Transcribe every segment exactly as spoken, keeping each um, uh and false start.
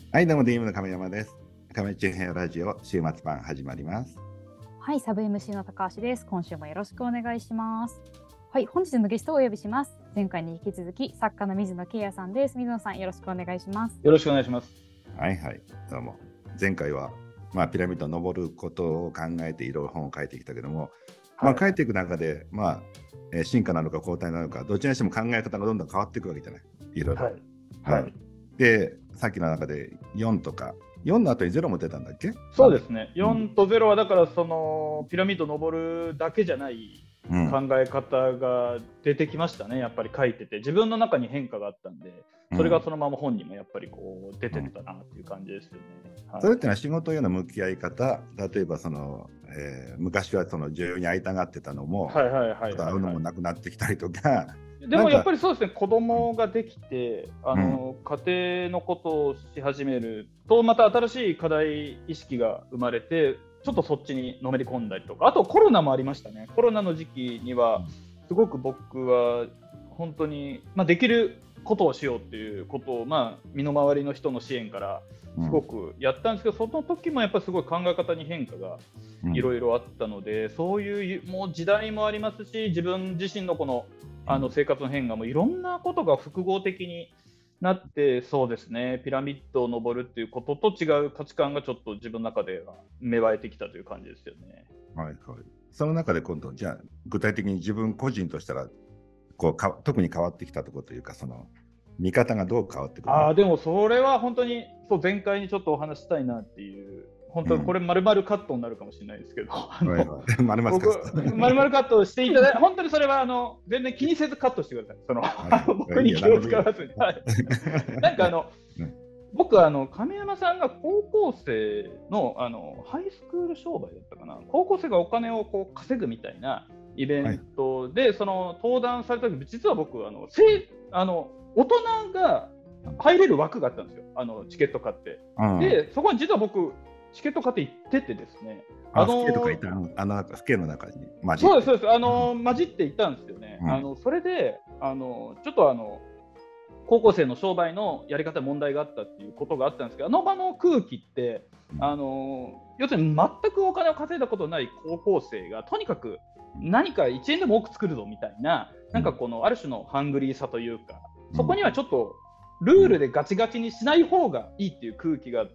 はい、どうも ディーエム の亀山です。亀中編ラジオ週末版始まります。 はい、サブ エムシー の高橋です。今週もよろしくお願いします。はい、本日のゲストをお呼びします。前回に引き続き作家の水野圭也さんです。水野さん、よろしくお願いします。 よろしくお願いします。 はいはい、どうも。前回は、まあ、ピラミッドを登ることを考えていろいろ本を書いてきたけども、はい、まあ、書いていく中で、まあえー、進化なのか後退なのか、どちらにしても考え方がどんどん変わっていくわけじゃない。いろいろ。はいはいはい、で、さっきの中でよんとか、よんの後にゼロも出たんだっけ？ そうですね。よんとゼロはだからそのピラミッド登るだけじゃない考え方が出てきましたね。やっぱり書いてて自分の中に変化があったんで、それがそのまま本にもやっぱりこう出てたなっていう感じですよね。 うんはい、それってのは仕事への向き合い方、例えばその、えー、昔はその需要に会いたがってたのも、はいはいはいはい、会うのもなくなってきたりとか。 でもやっぱりそうですね、子供ができてあの、うん、家庭のことをし始めるとまた新しい課題意識が生まれてちょっとそっちにのめり込んだりとか、あとコロナもありましたね。コロナの時期にはすごく僕は本当に、まあ、できることをしようっていうことを、まあ、身の回りの人の支援からすごくやったんですけど、うん、その時もやっぱりすごい考え方に変化がいろいろあったので、うん、そういうもう時代もありますし、自分自身のこのあの生活の変化もいろんなことが複合的になって、そうですね、ピラミッドを登るっていうことと違う価値観がちょっと自分の中では芽生えてきたという感じですよね。 はいはい。その中で今度じゃあ具体的に自分個人としたらこうか特に変わってきたところというか、その見方がどう変わってくるの？ あでもそれは本当にそう前回にちょっとお話したいなっていう、本当にこれ丸々カットになるかもしれないですけど、丸々カットしていただいて本当にそれはあの全然気にせずカットしてください。その、はい、僕に気を使わずに、はい、なんかあの、うん、僕あの亀山さんが高校生 の, あのハイスクール商売だったかな、高校生がお金をこう稼ぐみたいなイベントで、はい、その登壇された時、実は僕あのあの大人が入れる枠があったんですよ、あのチケット買って、うん、でそこに実は僕チケット買って行っててですね、 あのー、府警とかいたあの府警の中に混じって、 そうですそうです、あのー、混じっていたんですよね、うん、あのそれであのちょっとあの高校生の商売のやり方に問題があったっていうことがあったんですけど、あの場の空気って、うん、あの要するに全くお金を稼いだことない高校生がとにかく何かいちえんでも多く作るぞみたいな、なんかこのある種のハングリーさというか、そこにはちょっとルールでガチガチにしない方がいいっていう空気があって、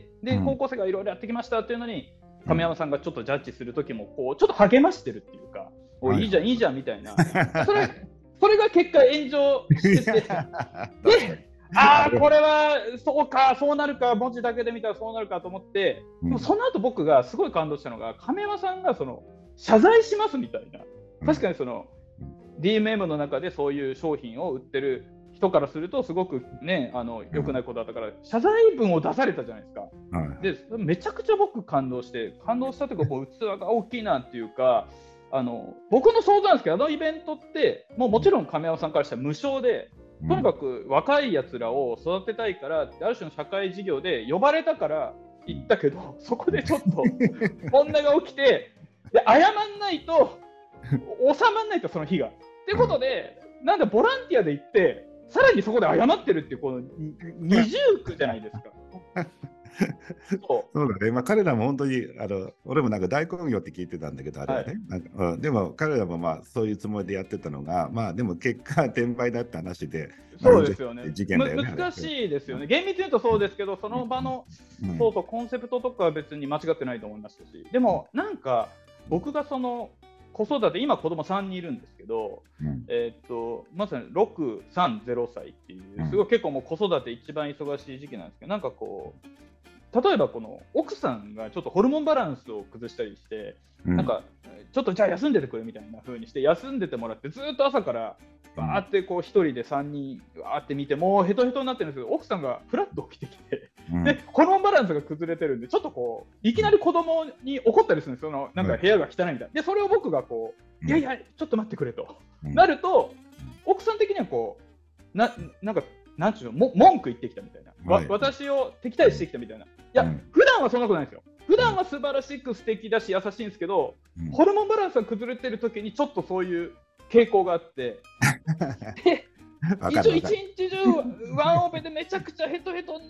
で高校生がいろいろやってきましたっていうのに亀山さんがちょっとジャッジする時もこうちょっと励ましてるっていうか、おいいじゃんいいじゃんみたいな、それそれが結果炎上しててでああこれはそうかそうなるか、文字だけで見たらそうなるかと思って、でもその後僕がすごい感動したのが、亀山さんがその謝罪しますみたいな、確かにその ディーエムエム の中でそういう商品を売ってる人からするとすごくね、あの良くないことだったから謝罪文を出されたじゃないですか、はい、でめちゃくちゃ僕感動して感動したというか、もう器が大きいなっていうか、あの僕の想像なんですけど、あのイベントってもうもちろん亀山さんからしたら無償で、とにかく若いやつらを育てたいから、ある種の社会事業で呼ばれたから行ったけど、そこでちょっと問題が起きて、で謝んないと収まんないと、その日がってことで、なんでボランティアで行ってさらにそこで謝ってるっていう、この二重苦じゃないですか。 そうそうだね、まあ、彼らも本当にあの俺もなんか大根業って聞いてたんだけど、あれはね、はい、なんかうん、でも彼らもまあそういうつもりでやってたのが、まあでも結果転売だって話で、 そうですよね、 事件だよね、 難しいですよね、厳密に言うとそうですけど、その場の、うん、そうそうコンセプトとかは別に間違ってないと思いましたし、でもなんか僕がその子育て、今子供さんにんいるんですけど、うん、えー、っとまさにろく、さん、ゼロさいっていう、すごい結構もう子育て一番忙しい時期なんですけど、なんかこう例えばこの奥さんがちょっとホルモンバランスを崩したりして、うん、なんかちょっとじゃあ休んでてくれみたいな風にして休んでてもらって、ずっと朝からバーってこう一人でさんにんバーって見て、もうヘトヘトになってるんですけど、奥さんがフラッと起きてきて、うん、でホルモンバランスが崩れてるんで、ちょっとこういきなり子供に怒ったりするんですよ、そのなんか部屋が汚いみたいな。でそれを僕がこう、いやいやちょっと待ってくれと、うん、なると奥さん的にはこうななんかなんていうの、も文句言ってきたみたいな、はい、私を敵対してきたみたいな。いや、うん、普段はそんなことないですよ。普段は素晴らしく素敵だし優しいんですけど、うん、ホルモンバランスが崩れてる時にちょっとそういう傾向があってで一応一日中ワンオペでめちゃくちゃヘトヘトにな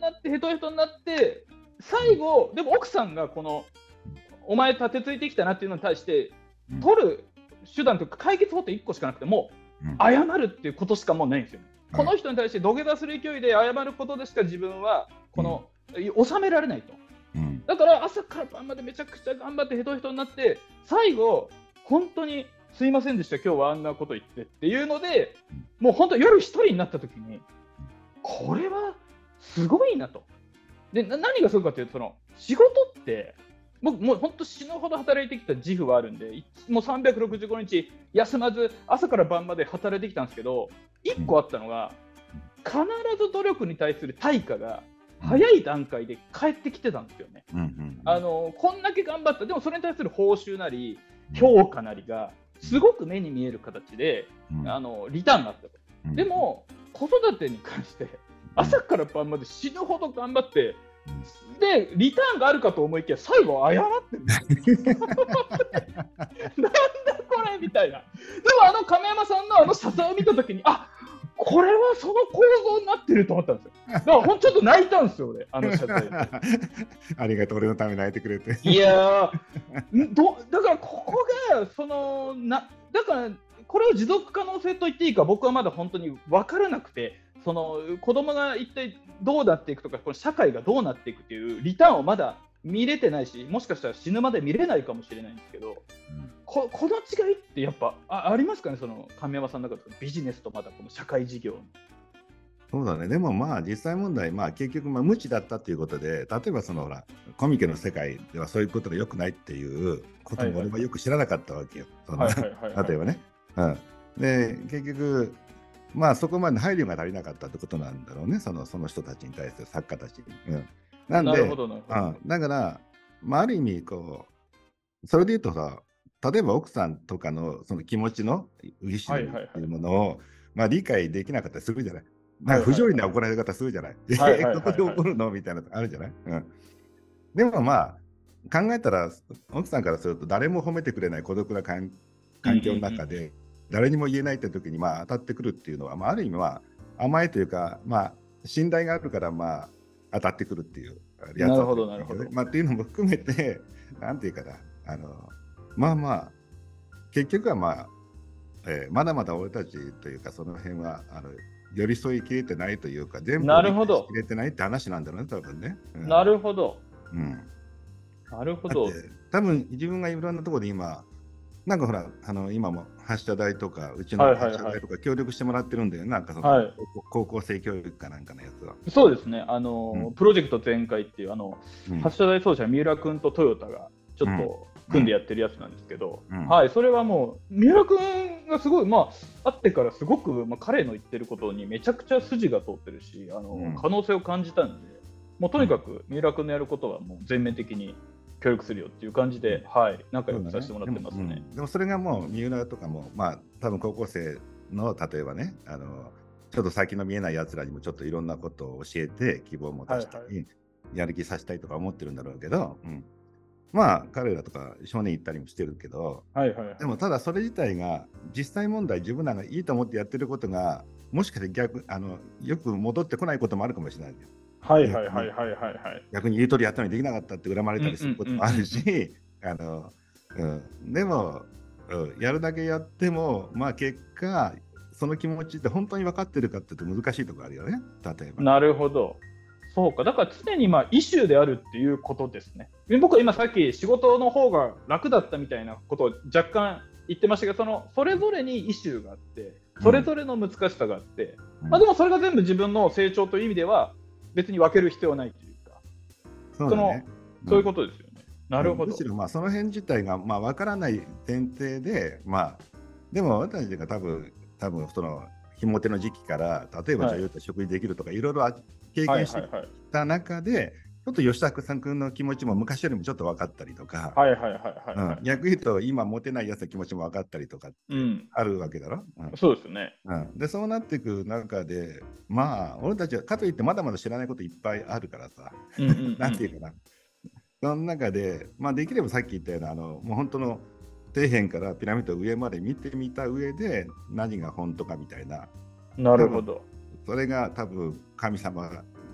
なってヘトヘトになって最後でも奥さんがこのお前立てついてきたなっていうのに対して取る手段というか解決法っていっこしかなくてもう謝るっていうことしかもうないんですよ、うん、この人に対して土下座する勢いで謝ることでしか自分はこの、うん、収められないと、うん、だから朝から晩までめちゃくちゃ頑張ってヘトヘトになって最後本当にすいませんでした今日はあんなこと言ってっていうのでもう本当夜一人になった時にこれはすごいなと。で何がすごいかというとその仕事って僕もう本当死ぬほど働いてきた自負はあるんでもうさんびゃくろくじゅうごにち休まず朝から晩まで働いてきたんですけどいっこあったのが必ず努力に対する対価が早い段階で返ってきてたんですよね、うんうん、あのこんだけ頑張ったでもそれに対する報酬なり評価なりがすごく目に見える形で、うん、あのリターンがあったと、うん、でも子育てに関して朝から晩まで死ぬほど頑張ってでリターンがあるかと思いきや最後謝ってるんですよなんだこれみたいな。でもあの亀山さんのあの支えを見たときにあこれはその構造になってると思ったんですよ。だからほんちょっと泣いたんですよ俺あの謝罪ありがとう俺のために泣いてくれていやどだからここがそのなだからこれを持続可能性と言っていいか僕はまだ本当に分からなくてその子供が一体どうなっていくとかこの社会がどうなっていくっていうリターンをまだ見れてないしもしかしたら死ぬまで見れないかもしれないんですけど、うん、こ, この違いってやっぱ あ, ありますかねその亀山さんの中でビジネスとまだこの社会事業。 そうだね。でもまあ実際問題、まあ、結局まあ無知だったということで例えばそのほらコミケの世界ではそういうことが良くないっていうことも俺はよく知らなかったわけよ。例えばね、うん、で結局まあそこまで配慮が足りなかったってことなんだろうねその、その人たちに対して作家たちに、うん、なんでなるほどなるほど、 うん、だから、まあ、ある意味こうそれで言うとさ例えば奥さんとかのその気持ちのウィッシュっていうものを、はいはいはいまあ、理解できなかったりするじゃない。なんか不条理な怒られ方するじゃない。え、ここで怒るのみたいなのあるじゃない、うん、でもまあ考えたら奥さんからすると誰も褒めてくれない孤独な環境の中で、うんうんうん誰にも言えないって時にまあ当たってくるっていうのは、まあ、ある意味は甘えというか、まあ、信頼があるからまあ当たってくるっていうやつだ、ね、 なるほどなるほど、 まあ、っていうのも含めてなんていうかなあのまあまあ結局はまあ、えー、まだまだ俺たちというかその辺はあの寄り添いきれてないというか全部理解しきれてないって話なんだろうね多分ね、 うん、なるほど、 うん、 なるほど。 多分自分がいろんなところで今なんかほらあの今も発射台とかうちの発射台とか協力してもらってるんだよ、はいはいはい、なんかその、はい、高校生教育かなんかのやつは。 そうですねあの、うん、プロジェクト全開っていうあの、うん、発射台奏者三浦君とトヨタがちょっと組んでやってるやつなんですけど、うんうん、はいそれはもう三浦君がすごいまあ会ってからすごく、まあ、彼の言ってることにめちゃくちゃ筋が通ってるしあの、うん、可能性を感じたんでもうとにかく三浦君のやることはもう全面的に協力するよっていう感じで、はい、仲良くさせてもらってますね。 でも、うん、でもそれがもう三浦とかも、まあ、多分高校生の例えばねあのちょっと先の見えないやつらにもちょっといろんなことを教えて希望を持たせたり、はいはい、やる気させたいとか思ってるんだろうけど、うん、まあ彼らとか少年行ったりもしてるけど、はいはいはい、でもただそれ自体が実際問題自分らがいいと思ってやってることがもしかして逆あのよく戻ってこないこともあるかもしれないんだよ。 はいはいはいはいはい、はい、 逆に言う通りやったのにできなかったって恨まれたりすることもあるし、あの、うん、でも、うん、やるだけやってもまあ結果その気持ちって本当に分かってるかっていうと難しいところあるよね例えば。 なるほどそうかだから常にまあイシューであるっていうことですね。僕は今さっき仕事の方が楽だったみたいなことを若干言ってましたがそのそれぞれにイシューがあってそれぞれの難しさがあって、うんまあ、でもそれが全部自分の成長という意味では別に分ける必要はないというかそうだね、 そのそういうことですよね、うん、なるほど。 むしろまあその辺自体がまあ分からない前提でまあでも私たちが多分多分そのひも手の時期から例えば女優と食事できるとかいろいろ経験してきた中でちょっと吉田さん君の気持ちも昔よりもちょっと分かったりとか逆言うと今モテないやつの気持ちも分かったりとかってあるわけだろ、 うんうん、そうですね、 うん、でそうなっていく中でまあ俺たちはかといってまだまだ知らないこといっぱいあるからさ、うんうんうん、なんていうかなその中で、まあ、できればさっき言ったようなあのもう本当の底辺からピラミッド上まで見てみた上で何が本当かみたいな。 なるほど。 それが多分神様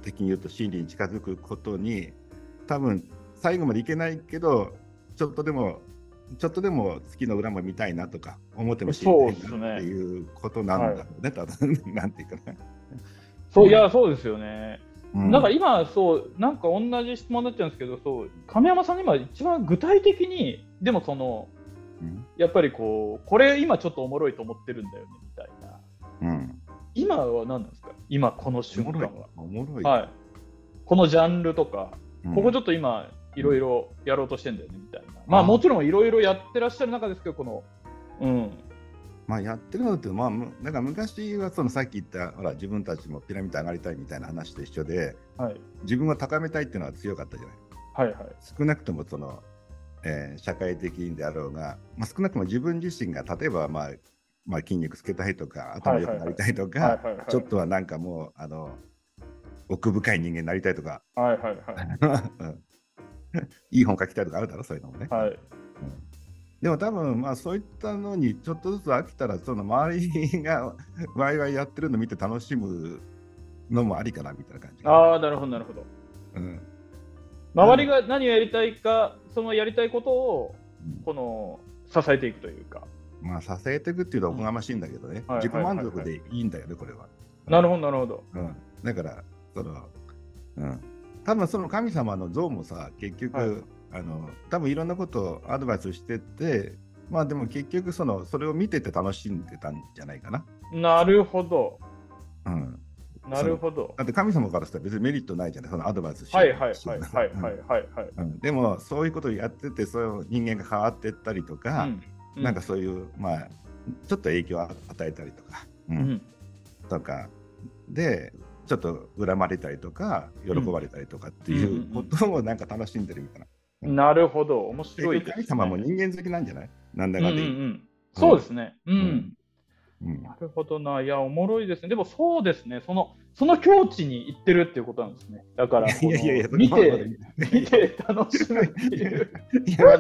的に言うと真理に近づくことに多分最後までいけないけどちょっとでもちょっとでも月の裏も見たいなとか思ってもしれないなっていうことなんだろうね、はい、多分なんていうかな。 そう、いや、そうですよね。 うん、 なんか今そうなんか同じ質問になっちゃうんですけど、そう亀山さん今一番具体的にでもその、うん、やっぱりこうこれ今ちょっとおもろいと思ってるんだよねみたいな、うん、今は何なんですか、今この瞬間はおもろい、 はい、このジャンルとか、うん、ここちょっと今いろいろやろうとしてんだよねみたいな、まあもちろんいろいろやってらっしゃる中ですけど、このうんまあ、やってるのって、まあ、なんか昔はそのさっき言ったほら自分たちもピラミッド上がりたいみたいな話と一緒で、はい、自分を高めたいっていうのは強かったじゃない、 はいはい、 少なくともその、えー、社会的にであろうが、まあ、少なくとも自分自身が例えば、まあまあ、筋肉つけたいとか頭良くなりたいとか、ちょっとはなんかもうあの奥深い人間になりたいとか、 はいはいはい、 いい本書きたいとかあるだろ、そういうのもね、 はい、うん、 でも多分まあそういったのにちょっとずつ飽きたらその周りがワイワイやってるの見て楽しむのもありかなみたいな感じ。 ああ、なるほどなるほど、 うん、 周りが何をやりたいか、そのやりたいことをこの支えていくというか、 まあ支えていくっていうとおこがましいんだけどね、うん、自己満足でいいんだよねこれは。 なるほどなるほど、 うん、だからその、うん、多分その神様の像もさ結局、はい、あの多分いろんなことをアドバイスしてて、まあでも結局そのそれを見てて楽しんでたんじゃないかな。 なるほど、 うん、 なるほど。 だって神様からしたら別にメリットないじゃない、そのアドバイスして。 はいはいはいはいはいはいはい、 うん、でもそういうことをやってて、そういう人間が変わっていったりとか、うんうん、なんかそういうまあちょっと影響を与えたりとか、うんうん、とかでちょっと恨まれたりとか喜ばれたりとかっていうことをなんか楽しんでるみたいな。 うんうんうん、なるほど、面白いですね。 神様も人間好きなんじゃない？なんだかで、うんうんうん、 そうですね。うん。うんうん、なるほどな、いやおもろいですね。でもそうですね、そのその境地に行ってるっていうことなんですね。だからいやいやいや見て見て楽しむっていういや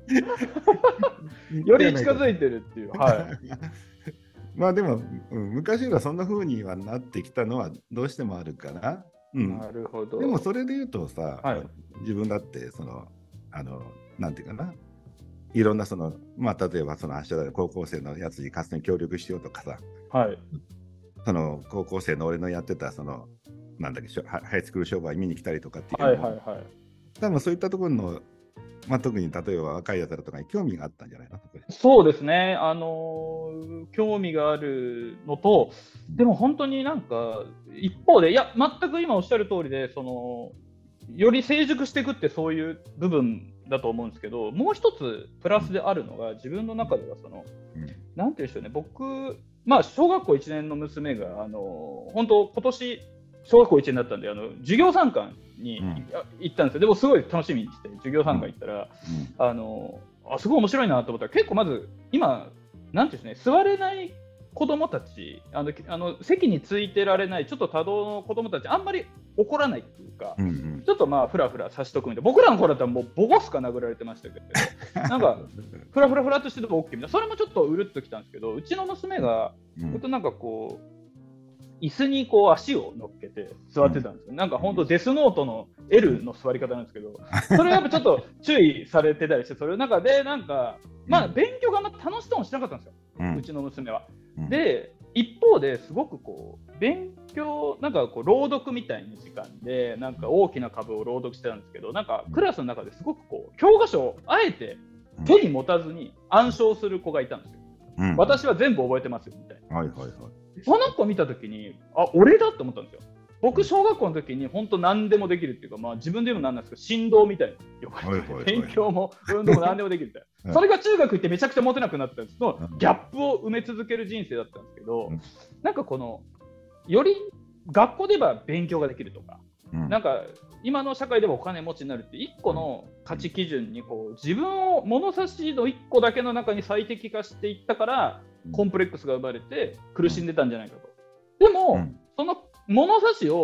より近づいてるっていう。はい。 まあでも、うん、昔はそんな風にはなってきたのはどうしてもあるかな。うん、 なるほど。 でもそれで言うとさ、 はい、 自分だってそのあのなんていうかな。いろんなその、まあ、例えばその明日だ高校生のやつに活動に協力しようとかさ、 はい、 その高校生の俺のやってたそのなんだっけハイスクール商売見に来たりとかっていうの、はいはいはい、多分そういったところの、まあ、特に例えば若いやつらとかに興味があったんじゃないの？ そうですね、あのー、興味があるのと、でも本当になんか一方でいや全く今おっしゃる通りで、そのより成熟していくってそういう部分だと思うんですけど、もう一つプラスであるのが自分の中ではその、うん、なんていうんでしょうね、僕、まあ、小学校いちねんの娘があの本当今年小学校いちねんだったんであの授業参観に、うん、行ったんですよ。でもすごい楽しみにして授業参観行ったら、うん、あのあすごい面白いなと思ったら結構まず今なんていうんですね、座れない子供たち、あのあの席についてられないちょっと多動の子供たちあんまり怒らないっていうか、うんうん、ちょっとまあフラフラさしとくみたいな。僕らの頃だったらもうボコスか殴られてましたけどなんかフラフラフラっとしてても OK みたいな。それもちょっとうるっときたんですけど、うちの娘がずっとなんかこう椅子にこう足を乗っけて座ってたんですよ、うん、なんか本当デスノートの エル の座り方なんですけど、それやっぱちょっと注意されてたりして、それの中でなんかまあ勉強があんま楽しそうにしなかったんですよ、うん、うちの娘は。で一方ですごくこう勉強なんかこう朗読みたいな時間でなんか大きな株を朗読してたんですけど、なんかクラスの中ですごくこう教科書をあえて手に持たずに暗唱する子がいたんですよ、うん、私は全部覚えてますよみたいな、はいはいはい、その子見た時にあ俺だって思ったんですよ。僕小学校の時に本当何でもできるっていうか、まあ、自分でもなんなんですけど振動みたいな呼ばれて、はいはいはい、勉強も運動も何でもできるみたいな、はい、それが中学行ってめちゃくちゃモテなくなったんですのギャップを埋め続ける人生だったんですけど、うん、なんかこのより学校で言えば勉強ができるとか、うん、なんか今の社会でもお金持ちになるって一個の価値基準にこう自分を物差しの一個だけの中に最適化していったからコンプレックスが生まれて苦しんでたんじゃないかと。でも、うん、その物差しを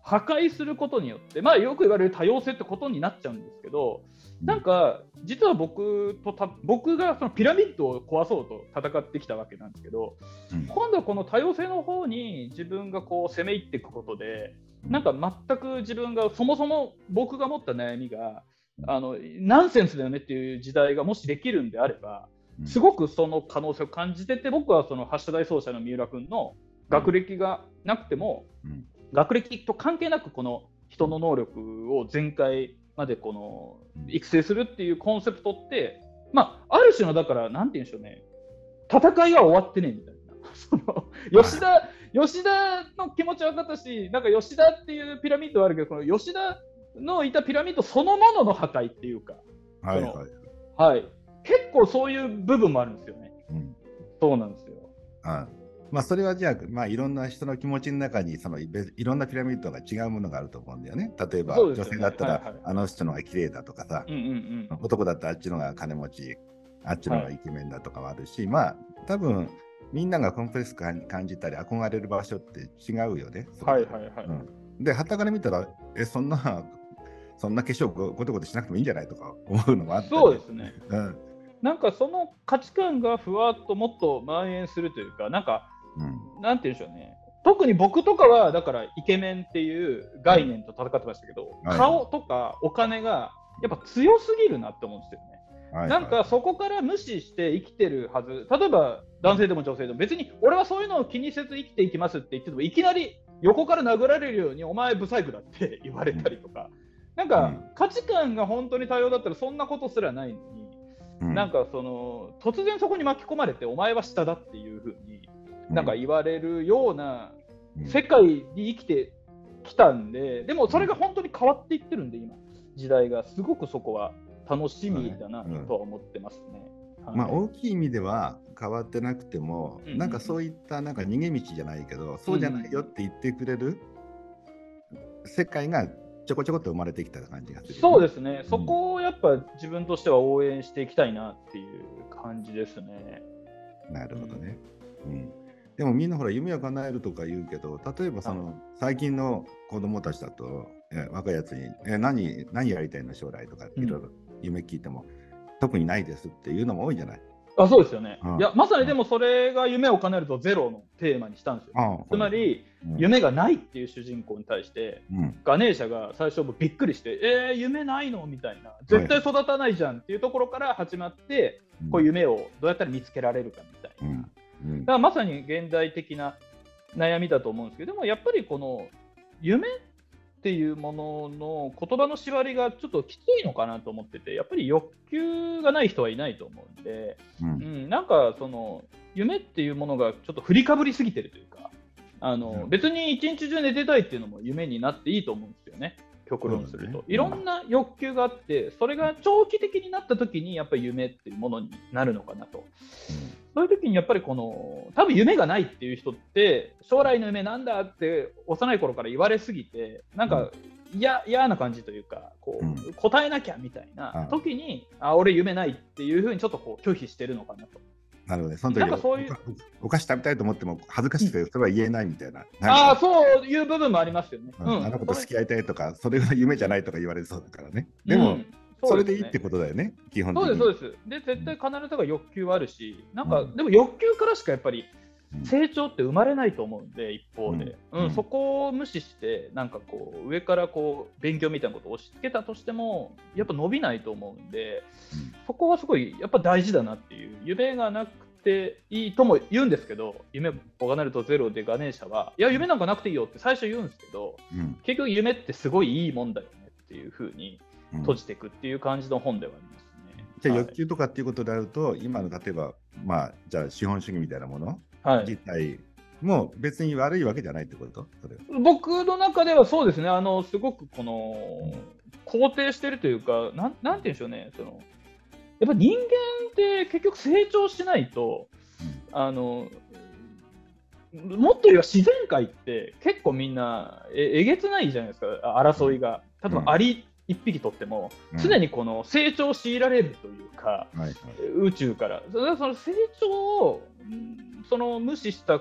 破壊することによって、まあ、よく言われる多様性ってことになっちゃうんですけど、なんか実は僕とた僕がそのピラミッドを壊そうと戦ってきたわけなんですけど、うん、今度はこの多様性の方に自分がこう攻め入っていくことで、なんか全く自分がそもそも僕が持った悩みがあのナンセンスだよねっていう時代がもしできるんであれば、すごくその可能性を感じてて、僕はその発射台奏者の三浦君の学歴がなくても、うん、学歴と関係なくこの人の能力を全開までこの育成するっていうコンセプトって、まあ、ある種のだからなんて言うんでしょうね、戦いは終わってねみたいなその吉田吉田の気持ちは分かったし、なんか吉田っていうピラミッドはあるけど、この吉田のいたピラミッドそのものの破壊っていうか、はいはいはい、結構そういう部分もあるんですよね、うん、そうなんですよ。 はい、まあ、それはじゃあ、まあ、いろんな人の気持ちの中にそのいろんなピラミッドが違うものがあると思うんだよね。例えば、ね、女性だったら、はいはい、あの人のが綺麗だとかさ、うんうんうん、男だったらあっちのが金持ち、あっちのがイケメンだとかもあるし、はい、まあ多分みんながコンプレックス感じたり憧れる場所って違うよね。 はいはいはい、 うん、で傍から見たらえそんなそんな化粧ごてごてしなくてもいいんじゃないとか思うのもあったり、 そうですね、うん、なんかその価値観がふわっともっと蔓延するというか、なんかうん、なんて言うんでしょうね、特に僕とかはだからイケメンっていう概念と戦ってましたけど、はい、顔とかお金がやっぱ強すぎるなって思うんですよね、はいはい、なんかそこから無視して生きてるはず、例えば男性でも女性でも別に俺はそういうのを気にせず生きていきますって言ってても、いきなり横から殴られるようにお前ブサイクだって言われたりとか、うん、なんか価値観が本当に多様だったらそんなことすらないのに、うん、なんかその突然そこに巻き込まれてお前は下だっていう風になんか言われるような世界に生きてきたんで、でもそれが本当に変わっていってるんで、今時代がすごくそこは楽しみだなとは思ってますね、 うんはい、まあ、大きい意味では変わってなくても、うんうん、なんかそういったなんか逃げ道じゃないけど、そうじゃないよって言ってくれる世界がちょこちょこっと生まれてきた感じがする、ね、 そうですね、うん、そこをやっぱ自分としては応援していきたいなっていう感じですね。 なるほどね、うんうん、でもみんなほら夢を叶えるとか言うけど、例えばその最近の子供たちだとえ若いやつにえ 何, 何やりたいの将来とかいろいろ夢聞いても、うん、特にないですっていうのも多いじゃない。 あ、そうですよね、うん、いやまさにでもそれが夢を叶えるとゼロのテーマにしたんですよ、うん、つまり、うん、夢がないっていう主人公に対して、うん、ガネーシャが最初びっくりしてえー、夢ないのみたいな、絶対育たないじゃんっていうところから始まって、うん、こう夢をどうやったら見つけられるかみたいな、うんうん、だからまさに現代的な悩みだと思うんですけど、でもやっぱりこの夢っていうものの言葉の縛りがちょっときついのかなと思ってて、やっぱり欲求がない人はいないと思うんで、うんうん、なんかその夢っていうものがちょっと振りかぶりすぎてるというか、あの、うん、別に一日中寝てたいっていうのも夢になっていいと思うんですよね、極論すると、ね、いろんな欲求があって、それが長期的になった時にやっぱり夢っていうものになるのかなと、うん、そういう時にやっぱりこの多分夢がないっていう人って将来の夢なんだって幼い頃から言われすぎて、なんか嫌、うん、な感じというか、こう、うん、答えなきゃみたいな時に、うん、あ俺夢ないっていう風にちょっとこう拒否してるのかなと。 なるほどね、その時なんかそういうお菓子食べたいと思っても恥ずかしくてそれは言えないみたいな、 うん、ああそういう部分もありますよね、 うんうん、あの子と付き合いたいとかそれが夢じゃないとか言われそうだからね、でも、うん、それでいいってことだよね、基本的に。 そうですそうです。で絶対必ずが欲求はあるし、なんか、うん、でも欲求からしかやっぱり成長って生まれないと思うんで、一方で、うんうん、そこを無視してなんかこう上からこう勉強みたいなことを押し付けたとしてもやっぱ伸びないと思うんで、うん、そこはすごいやっぱ大事だなっていう。夢がなくていいとも言うんですけど、夢を叶えるとゼロでガネーシャはいや夢なんかなくていいよって最初言うんですけど、うん、結局夢ってすごいいいもんだよねっていう風に閉じていくっていう感じの本ではありますね。 じゃあ欲求とかっていうことであると、はい、今の例えばまあじゃあ資本主義みたいなもの自体も別に悪いわけじゃないってこと？それ僕の中ではそうですね。あのすごくこの肯定してるというか、なん、なんて言うんでしょうね。そのやっぱ人間って結局成長しないと、うん、あのもっと言えば自然界って結構みんな え, えげつないじゃないですか、争いが。例えばアリ一匹とっても、うん、常にこの成長を強いられるというか、はいはい、宇宙からそれはその成長をその無視した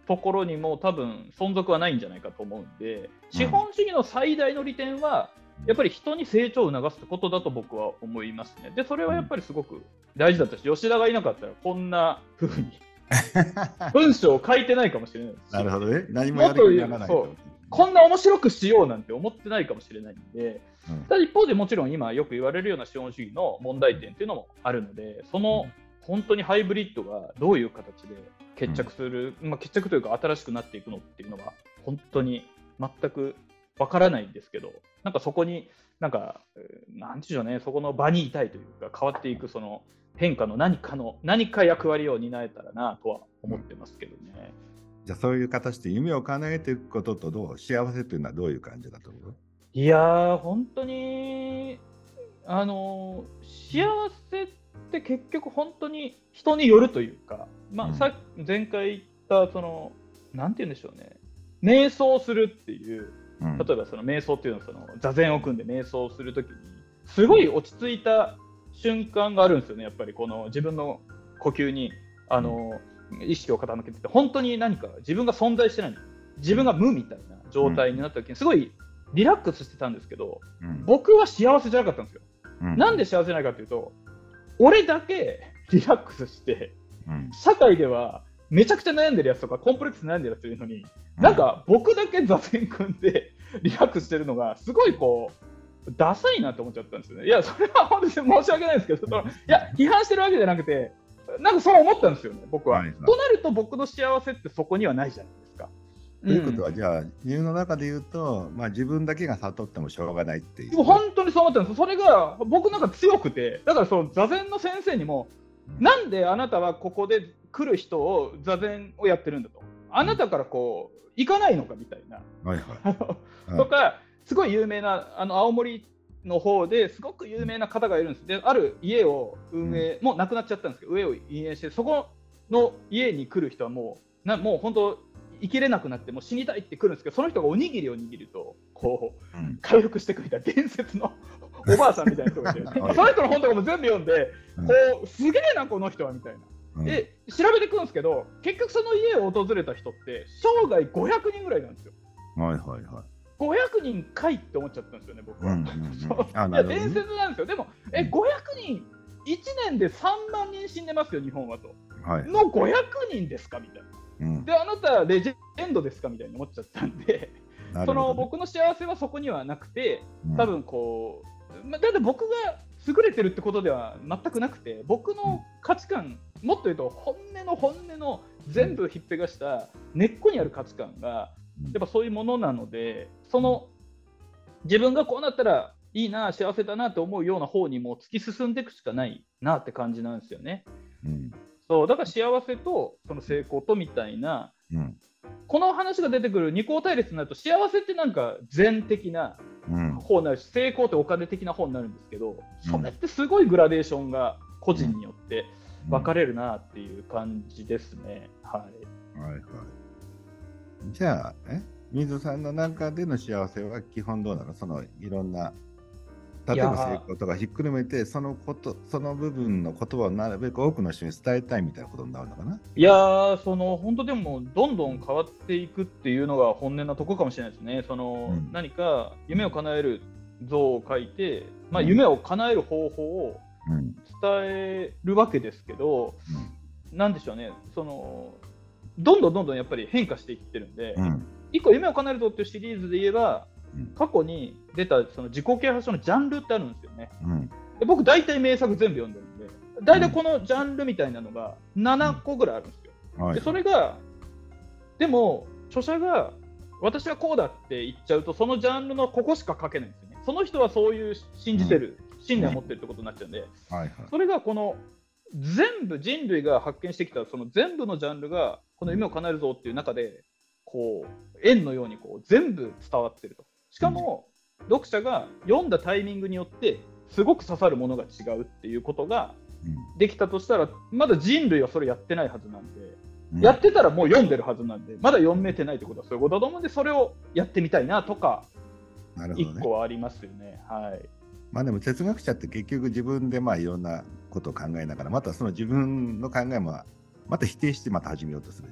ところにも多分存続はないんじゃないかと思うんで、資本主義の最大の利点はやっぱり人に成長を促すことだと僕は思いますね。でそれはやっぱりすごく大事だったし、吉田がいなかったらこんな風に文章を書いてないかもしれないですし、 なるほどね。何もやる気にならないと。 こんな面白くしようなんて思ってないかもしれないんで、 うん、 ただ一方でもちろん今よく言われるような資本主義の問題点っていうのもあるので、その本当にハイブリッドがどういう形で決着する、うんまあ、決着というか新しくなっていくのっていうのは本当に全くわからないんですけど、なんかそこになんかなんていうんでしょうね、そこの場にいたいというか、変わっていくその変化の何かの何か役割を担えたらなとは思ってますけどね。うんじゃあそういう形で夢を叶えていくこととどう幸せというのはどういう感じだと思う？ いやー本当にあの幸せって結局本当に人によるというか、まあうん、 さ前回言ったそのなんて言うんでしょうね、瞑想するっていう、 うん、 例えばその瞑想っていうのはその座禅を組んで瞑想するときにすごい落ち着いた瞬間があるんですよね。やっぱりこの自分の呼吸にあの、うん意識を傾けてて、本当に何か自分が存在してない、自分が無みたいな状態になった時にすごいリラックスしてたんですけど、うん、僕は幸せじゃなかったんですよ、うん、なんで幸せじゃないかというと、俺だけリラックスして、うん、社会ではめちゃくちゃ悩んでるやつとかコンプレックス悩んでるやついるのに、うん、なんか僕だけ座禅組んでリラックスしてるのがすごいこうダサいなって思っちゃったんですよね。いやそれは本当に申し訳ないですけど、そのいや批判してるわけじゃなくて、なんかそう思ったんですよね、僕は。はいはい、となると僕の幸せってそこにはないじゃないですか。 ということは、うん、じゃあ自分の中で言うと、まあ、自分だけが悟ってもしょうがないっていう。 本当にそう思ったんです。それが僕なんか強くて、だからその座禅の先生にも、うん、なんであなたはここで来る人を座禅をやってるんだと、あなたからこう行かないのかみたいな、はいはい、とかすごい有名なあの青森の方ですごく有名な方がいるんです。である家を運営、うん、もう亡くなっちゃったんですけど、上を運営して、そこの家に来る人はもうなもう本当生きれなくなってもう死にたいって来るんですけど、その人がおにぎりを握るとこう、うん、回復してくれた伝説のおばあさんみたいな人がいて、その人の本とかも全部読んで、うん、こうすげえなこの人はみたいな、うん、で調べてくるんですけど、結局その家を訪れた人って生涯ごひゃくにんぐらいなんですよ。 はいはいはい。 ごひゃくにんかいって思っちゃったんですよね、僕は。うんうんうん、いや伝説なんですよ。でもえごひゃくにんいちねんでさんまんにん死んでますよ日本はと、はい、のごひゃくにんですかみたいな、うん、であなたレジェンドですかみたいに思っちゃったんで、ね、その僕の幸せはそこにはなくて、多分こう、うん、だって僕が優れてるってことでは全くなくて、僕の価値観、うん、もっと言うと本音の本音の全部ひっぺがした根っこにある価値観がやっぱそういうものなので、その自分がこうなったらいいな幸せだなと思うような方にも突き進んでいくしかないなって感じなんですよね、うん、そうだから幸せとその成功とみたいな、うん、この話が出てくる二項対立になると、幸せってなんか善的な方になるし、うん、成功ってお金的な方になるんですけど、それってすごいグラデーションが個人によって分かれるなっていう感じですね、うん、はい、はいはい。 じゃあえ水さんの中での幸せは基本どうなの？そのいろんな例えば成功とかひっくるめて、そのことその部分の言葉をなるべく多くの人に伝えたいみたいなことになるのかな？ いやーその本当でもどんどん変わっていくっていうのが本音なところかもしれないですね。その、うん、何か夢を叶える像を書いて、まあ、夢を叶える方法を伝えるわけですけど、うん、なんでしょうね、そのどんどんどんどんやっぱり変化していってるんで、うん、一個夢を叶えるぞっていうシリーズで言えば、うん、過去に出たその自己啓発書のジャンルってあるんですよね、うん、で僕大体名作全部読んでるんで、大体このジャンルみたいなのがななこぐらいあるんですよ、うんはい、でそれがでも著者が私はこうだって言っちゃうと、そのジャンルのここしか書けないんですよね。その人はそういう信じてる、うん、信念を持ってるってことになっちゃうんで、はいはい、それがこの全部人類が発見してきたその全部のジャンルがこの夢を叶えるぞっていう中でこう円のようにこう全部伝わってると。しかも読者が読んだタイミングによってすごく刺さるものが違うっていうことができたとしたら、まだ人類はそれやってないはずなんで、うん、やってたらもう読んでるはずなんで、まだ読めてないってことはそういうことだと思うんで、それをやってみたいなとかいっこはありますよね。はい。 まあでも哲学者って結局自分でまあいろんなことを考えながら、またその自分の考えもまた否定してまた始めようとするじゃない。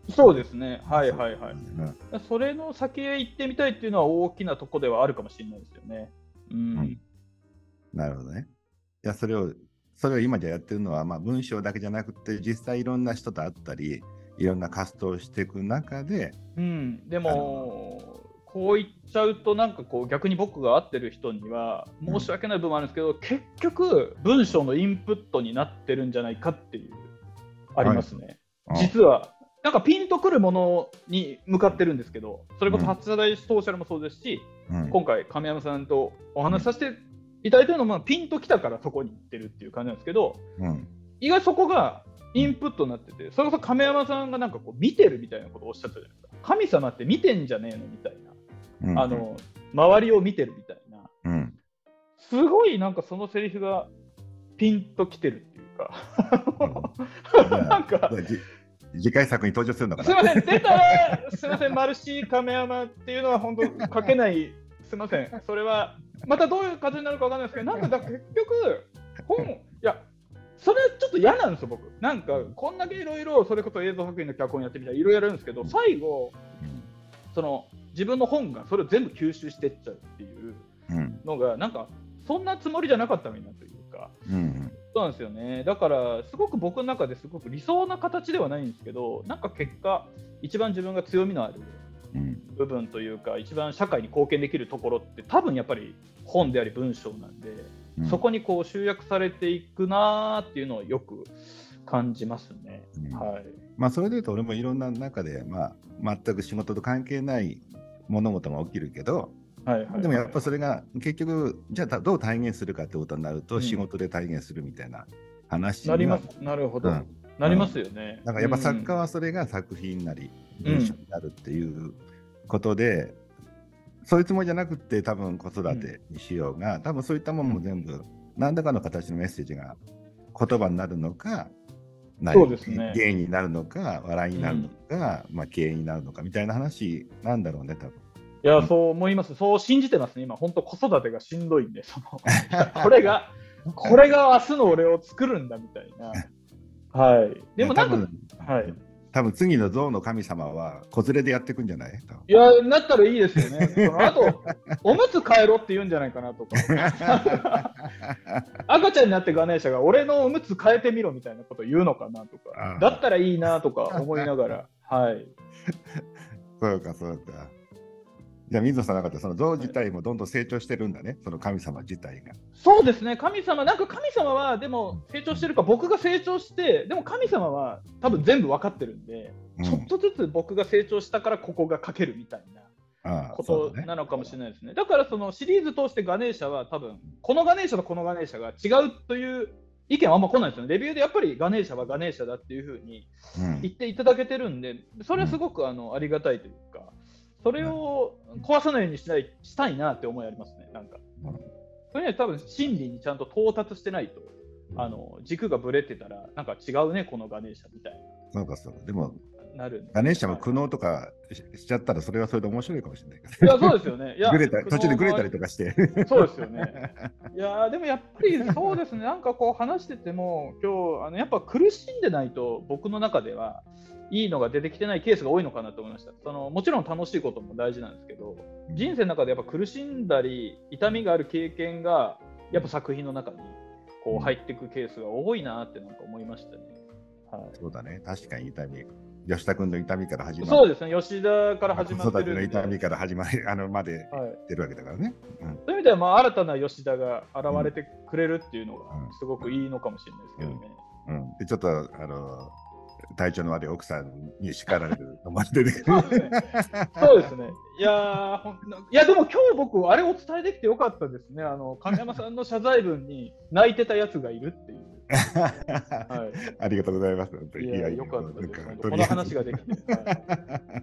そうですね。はいはいはい。 うん、 それの先へ行ってみたいっていうのは大きなとこではあるかもしれないですよね。うん。うん、 なるほどね。いや、それを、それを今じゃやってるのは、まあ、文章だけじゃなくて、実際いろんな人と会ったり、いろんな活動をしていく中で、 うん、でも、こう言っちゃうと、なんかこう、逆に僕が会ってる人には、申し訳ない部分もあるんですけど、うん、結局、文章のインプットになってるんじゃないかっていう、ありますね。はい、実は。なんかピンとくるものに向かってるんですけど、それこそ発射台ソーシャルもそうですし、うん、今回、亀山さんとお話しさせていただいてるのも、ピンときたからそこに行ってるっていう感じなんですけど、うん、意外とそこがインプットになってて、それこそ亀山さんがなんかこう見てるみたいなことをおっしゃったじゃないですか。神様って見てんじゃねえのみたいな、うん、あの周りを見てるみたいな、うん、すごいなんかそのセリフがピンときてるっていうか、うん、なんか。 次回作に登場するのかな。 すみません、出たら、すみません、マルシー亀山っていうのは本当書けない、すみません、それはまたどういう感じになるかわかんないですけど、なんかだ結局、本、いや、それちょっと嫌なんですよ、僕。なんか、こんだけいろいろ、それこそ映像作品の脚本やってみたら、いろいろやるんですけど、最後、その自分の本がそれを全部吸収していっちゃうっていうのが、なんか、そんなつもりじゃなかったのになというか。うんうんそうなんですよね。だからすごく僕の中ですごく理想な形ではないんですけど、なんか結果一番自分が強みのある部分というか、うん、一番社会に貢献できるところって多分やっぱり本であり文章なんで、うん、そこにこう集約されていくなっていうのをよく感じますね。うん、はい。 まあそれでいうと俺もいろんな中でまあ全く仕事と関係ない物事が起きるけど。はいはいはい、でもやっぱそれが結局じゃあどう体現するかってことになると、うん、仕事で体現するみたいな話になります。なるほど、うん、なりますよね。 だからやっぱ作家はそれが作品なり文章になるっていうことで、うん、そういうつもりじゃなくて多分子育てにしようが、多分そういったものも全部何らかの形のメッセージが言葉になるのか、 そうですね、 芸になるのか笑いになるのか、うんまあ、経営になるのかみたいな話なんだろうね多分。 いや、そう思います。そう信じてますね。今、本当子育てがしんどいんで、そのこれが、これが明日の俺を作るんだみたいな。はい。でもなんか、はい。 多分次の象の神様は子連れでやっていくんじゃない？ いや、なったらいいですよね。そのあと、おむつ変えろって言うんじゃないかなとか。赤ちゃんになってガネーシャが俺のおむつ変えてみろみたいなこと言うのかなとか。だったらいいなとか思いながら。はい。 そうか、そうか。じゃあ水野さんの中でその象自体もどんどん成長してるんだね、その神様自体が。 そうですね、神様、なんか神様はでも成長してるか、僕が成長して、でも神様は多分全部分かってるんで、うん、ちょっとずつ僕が成長したからここが書けるみたいなことなのかもしれないですね。だからそのシリーズ通してガネーシャは多分、このガネーシャとこのガネーシャが違うという意見はあんま来ないですよね。レビューでやっぱりガネーシャはガネーシャだっていうふうに言っていただけてるんで、それはすごくあのありがたいというか。それを壊さないようにしたい、したいなって思いありますね。なんか、うん、それには多分真理にちゃんと到達してないと、あの軸がぶれてたらなんか違うねこのガネーシャみたいな。 なんかそうでもなるガネーシャも苦悩とか し, しちゃったらそれはそれで面白いかもしれないけど。 いやそうですよね。いやぐれた途中でぐれたりとかして。 そうですよね。いやでもやっぱりそうですね。なんかこう話してても今日あのやっぱ苦しんでないと僕の中ではいいのが出てきてないケースが多いのかなと思いました。そのもちろん楽しいことも大事なんですけど、人生の中でやっぱ苦しんだり痛みがある経験がやっぱ作品の中にこう入っていくケースが多いなってなんか思いましたね。はい、 そうだね、確かに痛み、吉田君の痛みから始まる。 そうですね、吉田から始まってるんで。 子育ての痛みから始まるあのまで出るわけだからね。 はいうん、そういう意味ではまあ新たな吉田が現れてくれるっていうのがすごくいいのかもしれないですけどね。 うんうんうん、でちょっとあの体調の悪い奥さんに叱られるのまで出てくる。そうですね。いやほんいやでも今日僕あれお伝えできてよかったですね。あの亀山さんの謝罪文に泣いてたやつがいるっていう。 はい、ありがとうございます。 いやよかったです。この話ができて。はい、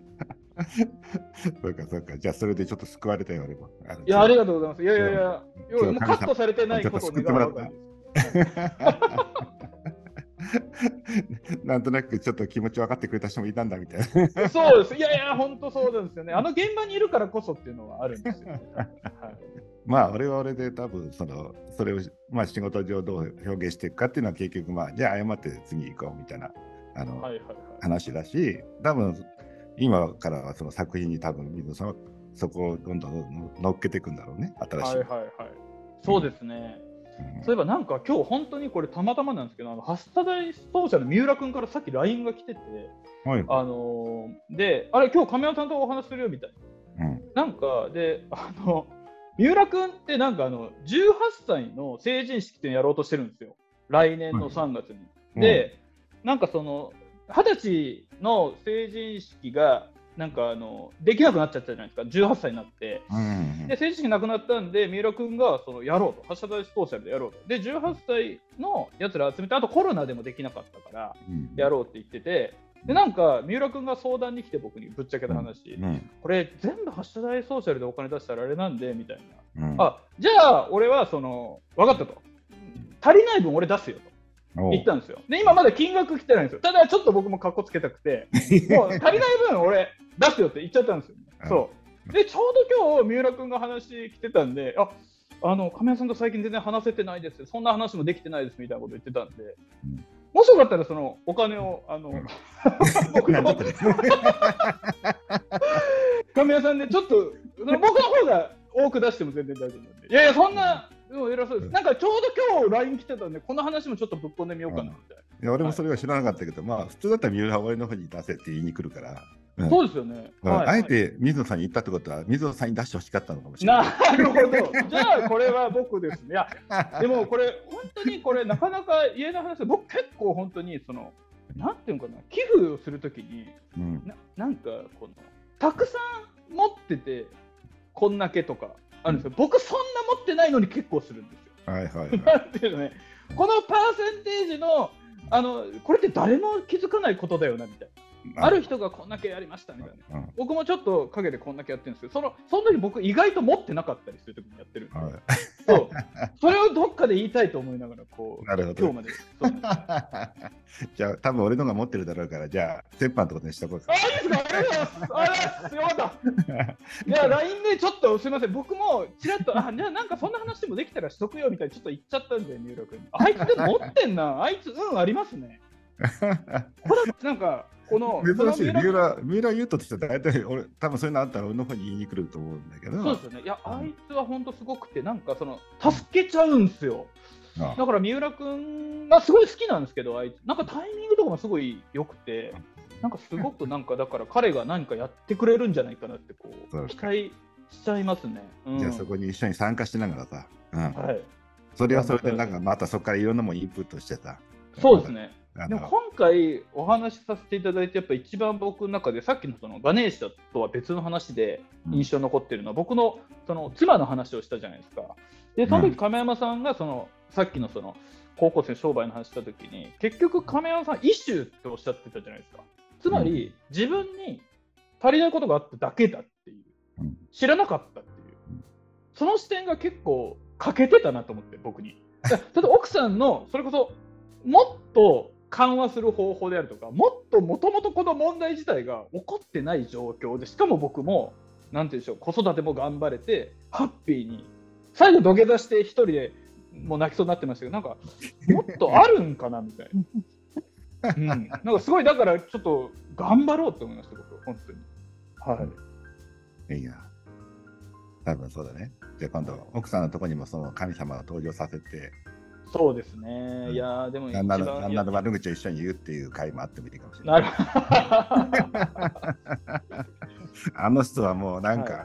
そうかそうか。じゃあそれでちょっと救われたよ俺も。 いやありがとうございます。いやいやいや、要はカットされてないことを願うわけです。 なんとなくちょっと気持ち分かってくれた人もいたんだみたいな。 そうです。いやいや、本当そうなんですよね。あの現場にいるからこそっていうのはあるんですよ、ね。はい、 まあ俺は俺で多分そのそれをまあ仕事上どう表現していくかっていうのは結局まあじゃあ謝って次行こうみたいなあの、 はいはいはい、 話だし、多分今からはその作品に多分水野さんはそこをどんどん乗っけていくんだろうね、新しい。 はいはいはい、そうですね、うん、そういえばなんか今日本当にこれたまたまなんですけど、あのハッサダイ奏者の三浦君からさっき ライン が来てて、はい、あのー、で、あれ今日亀山さんとお話するよみたいな、うん、なんかで、あの三浦君ってなんかあのじゅうはっさいの成人式ってやろうとしてるんですよ、来年のさんがつに、うん、で、なんかそのはたちの成人式がなんかあのできなくなっちゃったじゃないですか、じゅうはっさいになって、うん、で成人式なくなったんで三浦君がそのやろうと、発射台スポーツでやろうと、でじゅうはっさいのやつら集めて、あとコロナでもできなかったからやろうって言ってて、でなんか三浦君が相談に来て、僕にぶっちゃけた話、うんうん、これ全部発射台ソーシャルでお金出したらあれなんでみたいな、うん、あじゃあ俺はその分かったと、足りない分俺出すよと言ったんですよ。で今まだ金額来てないんですよ。ただちょっと僕もカッコつけたくてもう足りない分俺出すよって言っちゃったんですよ、ね、そうでちょうど今日三浦君が話来てたんで、ああの亀谷さんと最近全然話せてないです、そんな話もできてないですみたいなこと言ってたんで、うん、もしよかったらそのお金をあの、うん、僕の亀谷さんでちょっと僕の方が多く出しても全然大丈夫なんで、いやいやそんな偉そうです。なんかちょうど今日 ライン 来てたんで、この話もちょっとぶっ込んでみようかなみたいな。 いや俺もそれは知らなかったけど、はい、まあ普通だったら三浦は俺の方に出せって言いに来るから、 うん、そうですよね、 うんはい、あえて水野さんに言ったってことは水野さんに出してほしかったのかもしれない。 なるほど、じゃあこれは僕ですね。いやでもこれ本当にこれなかなか言えない話で、僕結構本当にそのなんていうのかな、寄付をするときに、うん、な, なんかこのたくさん持っててこんだけとかあるんですよ、うん、僕そんな持ってないのに結構するんですよ。 はいはいはい、 なんていうのね、このパーセンテージのあのこれって誰も気づかないことだよなみたいな、ある人がこんだけやりましたみたいな、うん、僕もちょっと陰でこんだけやってるんですけど、そのその時僕意外と持ってなかったりする時にやってるんで、はい、そうそれをどっかで言いたいと思いながらこうなるほど今日までじゃあ多分俺のが持ってるだろうから、じゃあ折半ってことにしとこうか。 あいいですか、ありがとうございます。ありがとうございます。よかった。いや ライン でちょっとすみません、僕もちらっとあじゃあなんかそんな話でもできたらしとくよみたいにちょっと言っちゃったんで、三浦君あいつでも持ってんな、あいつ運ありますね。これなんかこの珍しい、三浦三浦優斗としては大体俺多分そういうのあったら俺の方に言いに来ると思うんだけど。 そうですよね。いやあいつは本当すごくて、なんかその助けちゃうんですよ。ああだから三浦君がすごい好きなんですけど、あいつなんかタイミングとかもすごい良くて、なんかすごくなんかだから彼が何かやってくれるんじゃないかなってこう期待しちゃいますね。 うん、じゃあそこに一緒に参加しながらさ、うんはい、 それはそれでなんかまたそこからいろんなもんインプットしてさ。 そうですね。でも今回お話しさせていただいてやっぱ一番僕の中でさっきのそのガネーシャとは別の話で印象に残っているのは、僕のその妻の話をしたじゃないですか。でその時亀山さんがそのさっきのその高校生商売の話した時に、結局亀山さんイシューっておっしゃってたじゃないですか。つまり自分に足りないことがあっただけだっていう、知らなかったっていう、その視点が結構欠けてたなと思って、僕に。ただ奥さんのそれこそもっと緩和する方法であるとか、もっともともとこの問題自体が起こってない状況で、しかも僕もなんていうんでしょう、子育ても頑張れてハッピーに最後土下座して一人でもう泣きそうになってましたけど、なんかもっとあるんかなみたいな、うん、なんかすごいだからちょっと頑張ろうと思いました、僕本当に。はい、 いいな、多分そうだね。じゃあ今度奥さんのところにもその神様を登場させて。 そうですね、うん、いやでも旦那の悪口を一緒に言うっていう回もあってもいいかもしれない。あの人はもうなんか、はい、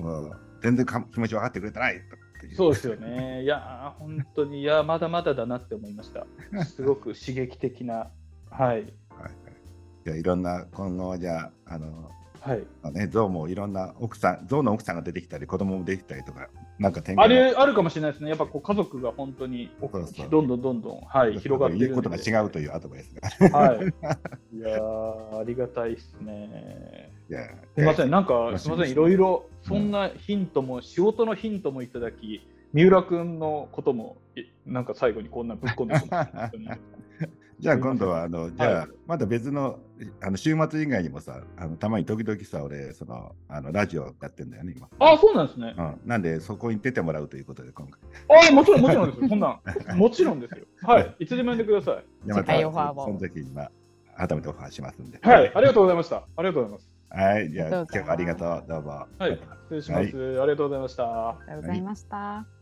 もう全然か気持ち分かってくれてないっていう。 そうですよね。いや本当にいやまだまだだなって思いました。すごく刺激的なはい。はい、 じゃあいろんな今後はじゃああの。 はいね、ゾウもいろんな奥さん、ゾウの奥さんが出てきたり、子供も出てきたりとか、なんか展開あれあるかもしれないですね。やっぱこう家族が本当にそうそうどんどんどんどん、はい、広がっている言うことが違うというアドバイスが。 はい。いやありがたいですね。いやすみません、なんかすみません、いろいろそんなヒントも、うん、仕事のヒントもいただき、三浦君のこともなんか最後にこんなぶっ込んでじゃあ今度はあのじゃあ、はい、まだ別のあの週末以外にもさ、あのたまに時々さ俺そのあのラジオやってんだよね今。 あ、そうなんですね。 うん、なんでそこに出てもらうということで今回。 あ、もちろんもちろんですよ。そんなんもちろんですよ。はい、いつでも呼んでください。 じゃあまたその時にまあ改めてお話ししますんで。 はい、ありがとうございました。ありがとうございます。 はい、じゃあ今日はありがとう。どうも。 はい、失礼します。はい、ありがとうございました。 ありがとうございました。はい。